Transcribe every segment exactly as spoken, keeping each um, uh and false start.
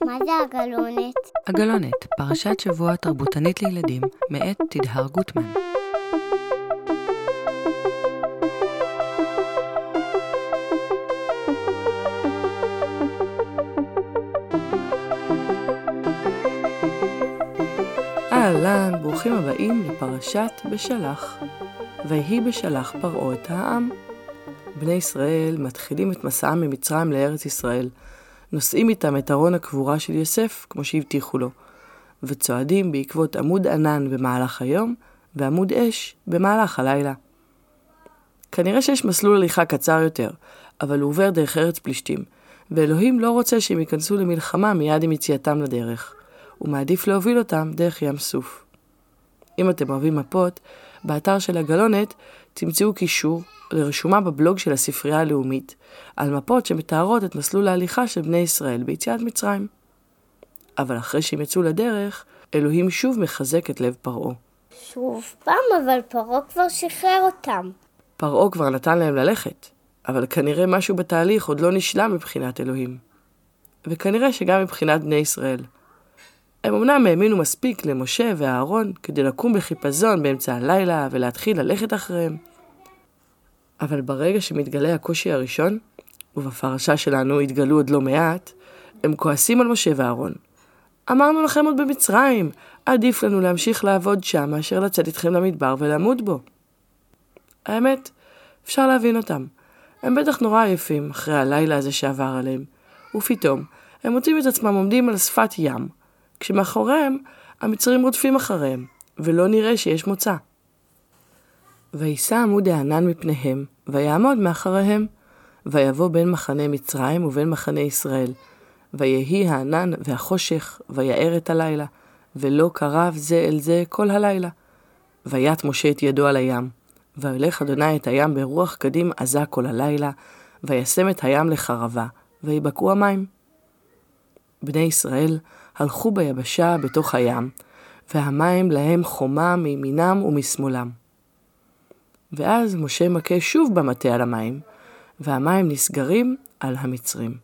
מה זה הגלונת? הגלונת, פרשת שבוע תרבותנית לילדים, מאת תדהר גוטמן. אהלן, ברוכים הבאים לפרשת בשלח. ויהי בשלח פרעה את העם. בני ישראל מתחילים את מסעם ממצרים לארץ ישראל, נושאים איתם את ארון הקבורה של יוסף, כמו שהבטיחו לו, וצועדים בעקבות עמוד ענן במהלך היום, ועמוד אש במהלך הלילה. כנראה שיש מסלול הליכה קצר יותר, אבל הוא עובר דרך ארץ פלישתים, ואלוהים לא רוצה שהם ייכנסו למלחמה מיד עם יציאתם לדרך. הוא מעדיף להוביל אותם דרך ים סוף. אם אתם אוהבים מפות, באתר של הגלונת תמצאו קישור לרשומה בבלוג של הספרייה הלאומית על מפות שמתארות את מסלול ההליכה של בני ישראל ביציאת מצרים. אבל אחרי שהם יצאו לדרך, אלוהים שוב מחזק את לב פרעה. שוב פעם, אבל פרעה כבר שחרר אותם. פרעה כבר נתן להם ללכת, אבל כנראה משהו בתהליך עוד לא נשלם מבחינת אלוהים. וכנראה שגם מבחינת בני ישראל. הם אמנם האמינו מספיק למשה ואהרון כדי לקום בחיפזון באמצע הלילה ולהתחיל ללכת אחריהם. אבל ברגע שמתגלה הקושי הראשון, ובפרשה שלנו התגלו עוד לא מעט, הם כועסים על משה ואהרון. אמרנו לכם עוד במצרים, עדיף לנו להמשיך לעבוד שם מאשר לצאת איתכם למדבר ולעמוד בו. האמת, אפשר להבין אותם. הם בטח נורא עייפים אחרי הלילה הזה שעבר עליהם, ופתאום הם מוצאים את עצמם עומדים על שפת ים, כשמאחוריהם המצרים רודפים אחריהם, ולא נראה שיש מוצא. וישא עמוד הענן מפניהם, ויעמוד מאחריהם, ויבוא בין מחנה מצרים ובין מחנה ישראל, ויהי הענן והחושך, ויער את הלילה, ולא קרב זה אל זה כל הלילה. ויית משה את ידו על הים, והולך אדוני את הים ברוח קדים עזה כל הלילה, וישם את הים לחרבה, ויבקעו המים. בני ישראל הלכו ביבשה בתוך הים, והמים להם חומה מימינם ומשמאלם. ואז משה מכה שוב במטה על המים, והמים נסגרים על המצרים.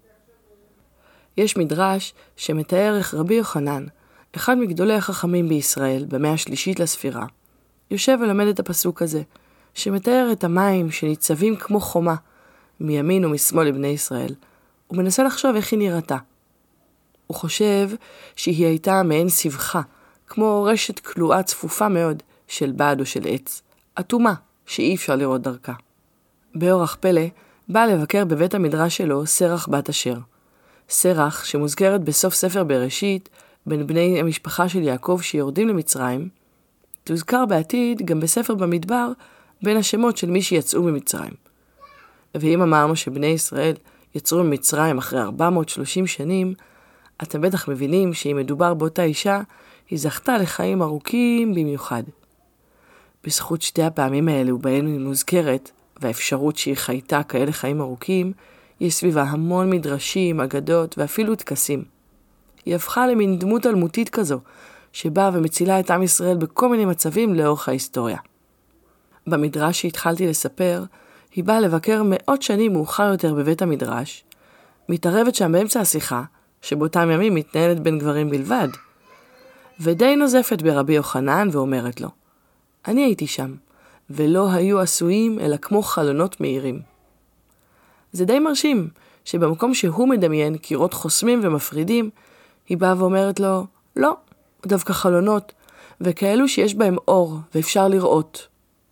יש מדרש שמתאר איך רבי יוחנן, אחד מגדולי החכמים בישראל במאה השלישית לספירה, יושב ולמד את הפסוק הזה, שמתאר את המים שניצבים כמו חומה, מימין ומשמאל לבני ישראל, ומנסה לחשוב איך היא נראתה. הוא חושב שהיא הייתה מעין סבכה, כמו רשת כלואה צפופה מאוד של בד או של עץ, אטומה שאי אפשר לראות דרכה. באורח פלא בא לבקר בבית המדרש שלו סרח בת אשר. סרח שמוזכרת בסוף ספר בראשית בין בני המשפחה של יעקב שיורדים למצרים, תוזכר בעתיד גם בספר במדבר בין השמות של מי שיצאו ממצרים. ואם אמרנו שבני ישראל יצאו ממצרים אחרי ארבע מאות ושלושים שנים, אתם בטח מבינים שאם מדובר באותה אישה, היא זכתה לחיים ארוכים במיוחד. בזכות שתי הפעמים האלו בהן היא מוזכרת, והאפשרות שהיא חייתה כאלה חיים ארוכים, יש סביבה המון מדרשים, אגדות ואפילו טקסים. היא הפכה למין דמות אלמותית כזו, שבאה ומצילה את עם ישראל בכל מיני מצבים לאורך ההיסטוריה. במדרש שהתחלתי לספר, היא באה לבקר מאות שנים מאוחר יותר בבית המדרש, מתערבת שם באמצע השיחה, שבאותם ימים מתנהלת בין גברים בלבד, ודי נוזפת ברבי יוחנן ואומרת לו, אני הייתי שם, ולא היו עשויים אלא כמו חלונות מהירים. זה די מרשים, שבמקום שהוא מדמיין קירות חוסמים ומפרידים, היא באה ואומרת לו, לא, דווקא חלונות, וכאלו שיש בהם אור ואפשר לראות.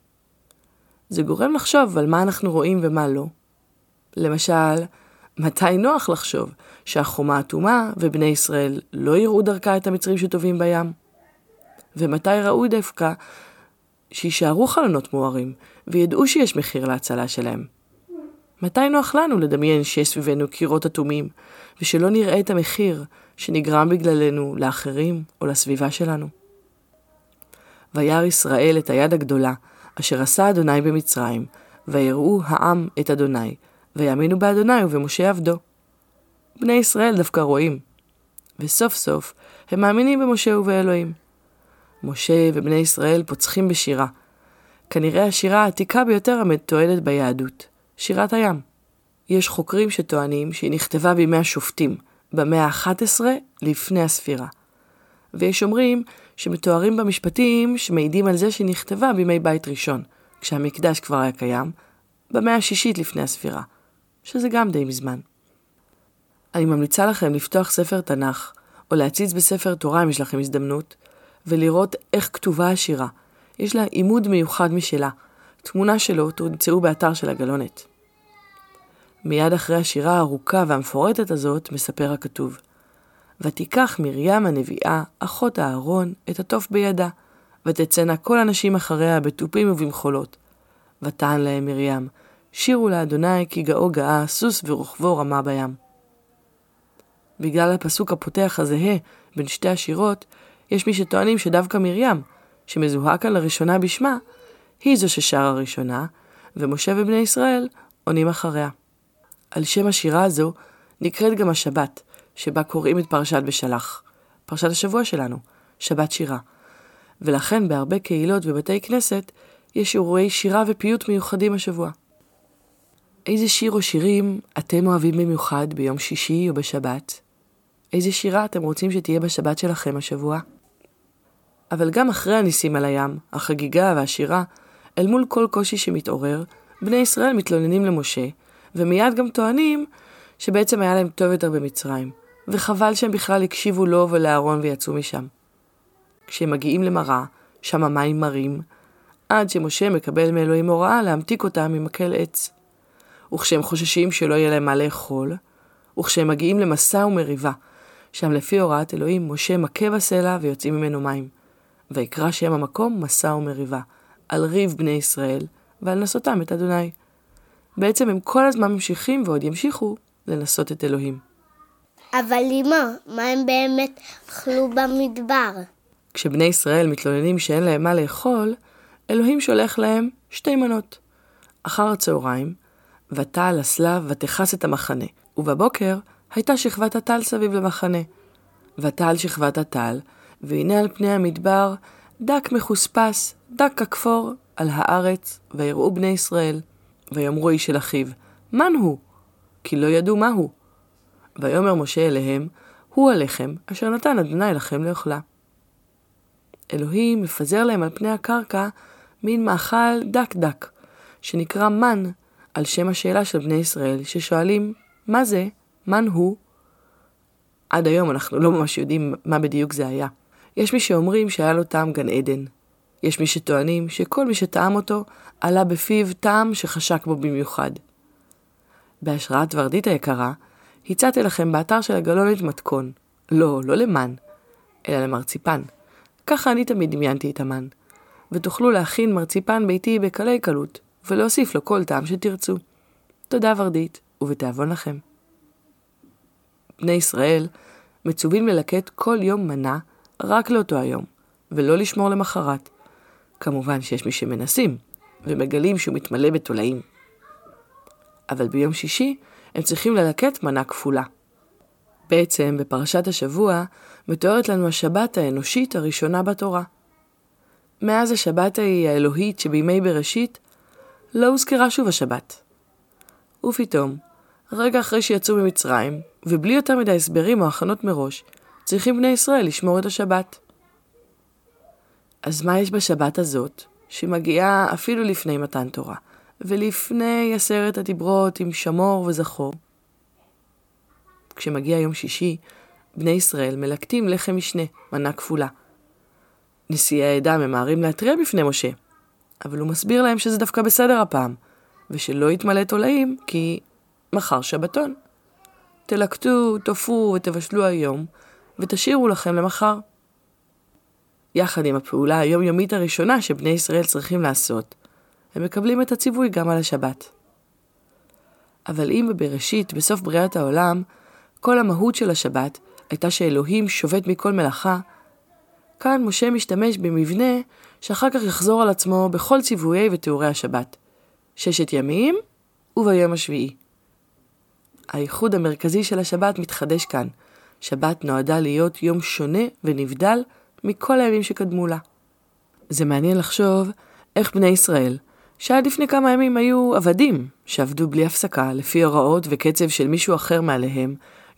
זה גורם לחשוב על מה אנחנו רואים ומה לא. למשל, מתי נוח לחשוב שהחומה אטומה ובני ישראל לא יראו דרכה את המצרים שטובים בים? ומתי ראוי דווקא שישארו חלונות מוארים וידעו שיש מחיר להצלה שלהם? מתי נוח לנו לדמיין שיש סביבנו קירות אטומים ושלא נראה את המחיר שנגרם בגללנו לאחרים או לסביבה שלנו? וירא ישראל את היד הגדולה אשר עשה אדוני במצרים, ויראו העם את אדוני, ויאמינו באדוני ובמשה עבדו. בני ישראל דווקא רואים, וסוף סוף הם מאמינים במשה ובאלוהים. משה ובני ישראל פוצחים בשירה, כנראה השירה העתיקה ביותר המתועדת ביהדות, שירת הים. יש חוקרים שטוענים שהיא נכתבה בימי השופטים, במאה ה-אחת עשרה לפני הספירה. ויש אומרים שמתוארים במשפטים שמעידים על זה שנכתבה בימי בית ראשון, כשהמקדש כבר היה קיים, במאה השישית לפני הספירה, שזה גם די מזמן. אני ממליצה לכם לפתוח ספר תנ"ך, או להציץ בספר תורה אם יש לכם הזדמנות, ולראות איך כתובה השירה. יש לה עימוד מיוחד משלה. תמונה שלו תמצאו באתר של הגלונת. מיד אחרי השירה הארוכה והמפורטת הזאת מספר הכתוב. ותיקח מרים הנביאה, אחות הארון, את התוף בידה, ותצאנה כל הנשים אחריה בתופים ובמחולות. ותען להם מרים, שירו לאדוני כי גאו גאה, סוס ורוכבו רמה בים. בגלל הפסוק הפותח הזהה בין שתי השירות, יש מי שטוענים שדווקא מרים, שמזוהה כאן לראשונה בשמה, היא זו ששרה ראשונה, ומשה ובני ישראל עונים אחריה. על שם השירה הזו נקראת גם השבת, שבה קוראים את פרשת בשלח, פרשת השבוע שלנו, שבת שירה. ולכן בהרבה קהילות ובתי כנסת יש שיעורי שירה ופיוט מיוחדים השבוע. איזה שיר או שירים אתם אוהבים במיוחד ביום שישי או בשבת? איזה שירה אתם רוצים שתהיה בשבת שלכם השבוע? אבל גם אחרי הניסים על הים, החגיגה והשירה, אל מול כל קושי שמתעורר, בני ישראל מתלוננים למשה, ומיד גם טוענים שבעצם היה להם טוב יותר במצרים, וחבל שהם בכלל הקשיבו לו ולאהרון ויצאו משם. כשהם מגיעים למראה, שם המים מרים, עד שמשה מקבל מאלוהים הוראה להמתיק אותם ממקל עץ. וכשהם חוששים שלא יהיה להם מה לאכול, וכשהם מגיעים למסע ומריבה, שם לפי הוראת אלוהים משה מכה בסלע ויוצאים ממנו מים. ויקרא שם המקום מסע ומריבה, על ריב בני ישראל ועל נסותם את אדוני. בעצם הם כל הזמן ממשיכים ועוד ימשיכו לנסות את אלוהים. אבל אמא, מה הם באמת אכלו במדבר? כשבני ישראל מתלוננים שאין להם מה לאכול, אלוהים שולח להם שתי מנות. אחר הצהריים, ותעל הסלב ותכס את המחנה, ובבוקר הייתה שכבת הטל סביב למחנה. ותעל שכבת הטל, והנה על פני המדבר דק מחוספס, דק ככפור על הארץ, ויראו בני ישראל. ויאמרו איש אל אחיו, מן הוא? כי לא ידעו מה הוא. ויאמר משה אליהם, הוא הלחם אשר נתן אדוני לכם לאכלה. אלוהים מפזר להם על פני הקרקע מין מאכל דק דק, שנקרא מן, על שם השאלה של בני ישראל, ששואלים, מה זה? מן הוא? עד היום אנחנו לא ממש יודעים מה בדיוק זה היה. יש מי שאומרים שהיה לו טעם גן עדן. יש מי שטוענים שכל מי שטעם אותו עלה בפיו טעם שחשק בו במיוחד. בהשראת ורדית היקרה, הצעתי לכם באתר של הגלונת מתכון. לא, לא למן, אלא למרציפן. ככה אני תמיד דמיינתי את המן. ותוכלו להכין מרציפן ביתי בקלי קלות, ולהוסיף לו כל טעם שתרצו. תודה ורדית, ובתיאבון לכם. בני ישראל מצווים ללקט כל יום מנה רק לאותו היום, ולא לשמור למחרת. כמובן שיש מי שמנסים, ומגלים שהוא מתמלא בתולעים. אבל ביום שישי הם צריכים ללקט מנה כפולה. בעצם בפרשת השבוע מתוארת לנו השבת האנושית הראשונה בתורה. מאז השבת ההיא האלוהית שבימי בראשית, לא הוזכרה שוב השבת. ופתאום, רגע אחרי שיצאו ממצרים, ובלי יותר מדי הסברים או הכנות מראש, צריכים בני ישראל לשמור את השבת. אז מה יש בשבת הזאת, שמגיעה אפילו לפני מתן תורה, ולפני עשרת הדיברות עם שמור וזכור? כשמגיע יום שישי, בני ישראל מלקטים לחם משנה, מנה כפולה. נשיאי העדה ממהרים להתריע בפני משה, אבל הוא מסביר להם שזה דווקא בסדר הפעם, ושלא יתמלא תולעים, כי מחר שבתון. תלקטו, תופו ותבשלו היום, ותשאירו לכם למחר. יחד עם הפעולה היומיומית הראשונה שבני ישראל צריכים לעשות, הם מקבלים את הציווי גם על השבת. אבל אם בבראשית, בסוף בריאת העולם, כל המהות של השבת הייתה שאלוהים שובת מכל מלאכה, כאן משה משתמש במבנה שאחר כך יחזור על עצמו בכל ציוויי ותיאורי השבת. ששת ימים וביום השביעי. הייחוד המרכזי של השבת מתחדש כאן. שבת נועדה להיות יום שונה ונבדל מכל הימים שקדמו לה. זה מעניין לחשוב איך בני ישראל, שעד לפני כמה ימים היו עבדים, שעבדו בלי הפסקה לפי הוראות וקצב של מישהו אחר מעליהם,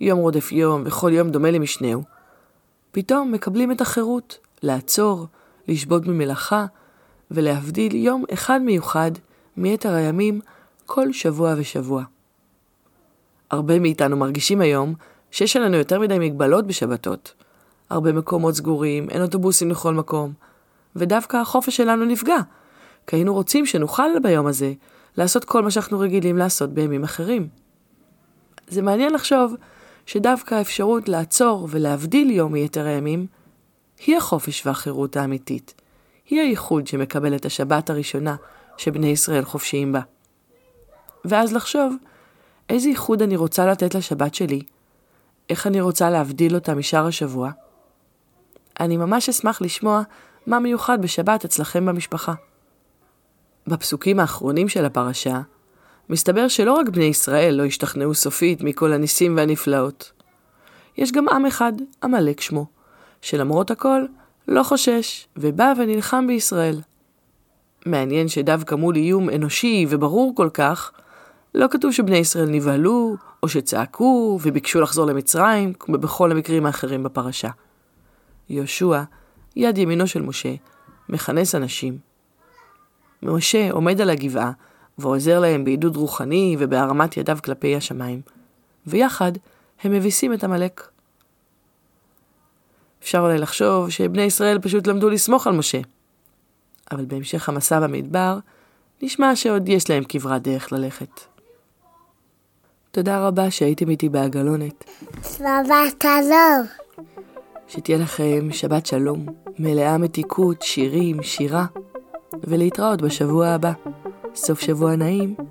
יום רודף יום וכל יום דומה למשנהו, פתאום מקבלים את החירות לעצור, לשבות ממלאכה ולהבדיל יום אחד מיוחד מיתר הימים כל שבוע ושבוע. הרבה מאיתנו מרגישים היום שיש לנו יותר מדי מגבלות בשבתות. הרבה מקומות סגורים, אין אוטובוסים לכל מקום, ודווקא החופש שלנו נפגע, כי היינו רוצים שנוכל ביום הזה לעשות כל מה שאנחנו רגילים לעשות בימים אחרים. זה מעניין לחשוב שדווקא האפשרות לעצור ולהבדיל יום מיתר הימים היא החופש והחירות האמיתית. היא הייחוד שמקבל את השבת הראשונה שבני ישראל חופשיים בה. ואז לחשוב, איזה ייחוד אני רוצה לתת לשבת שלי? איך אני רוצה להבדיל אותה משאר השבוע? אני ממש אשמח לשמוע מה מיוחד בשבת אצלכם במשפחה. בפסוקים האחרונים של הפרשה, מסתבר שלא רק בני ישראל לא השתכנעו סופית מכל הניסים והנפלאות. יש גם עם אחד, עמלק שמו, שלמרות הכל לא חושש ובא ונלחם בישראל. מעניין שדווקא מול איום אנושי וברור כל כך, לא כתוב שבני ישראל נבהלו או שצעקו וביקשו לחזור למצרים, כמו בכל המקרים האחרים בפרשה. יהושע, יד ימינו של משה, מכנס אנשים. משה עומד על הגבעה ועוזר להם בעידוד רוחני ובהרמת ידיו כלפי השמיים, ויחד הם מביסים את עמלק. אפשר אולי לחשוב שבני ישראל פשוט למדו לסמוך על משה, אבל בהמשך המסע במדבר נשמע שעוד יש להם כברת דרך ללכת. תודה רבה שהייתם איתי בעגלונת. שבת שלום. שתהיה לכם שבת שלום, מלאה מתיקות, שירים, שירה, ולהתראות בשבוע הבא. סוף שבוע נעים.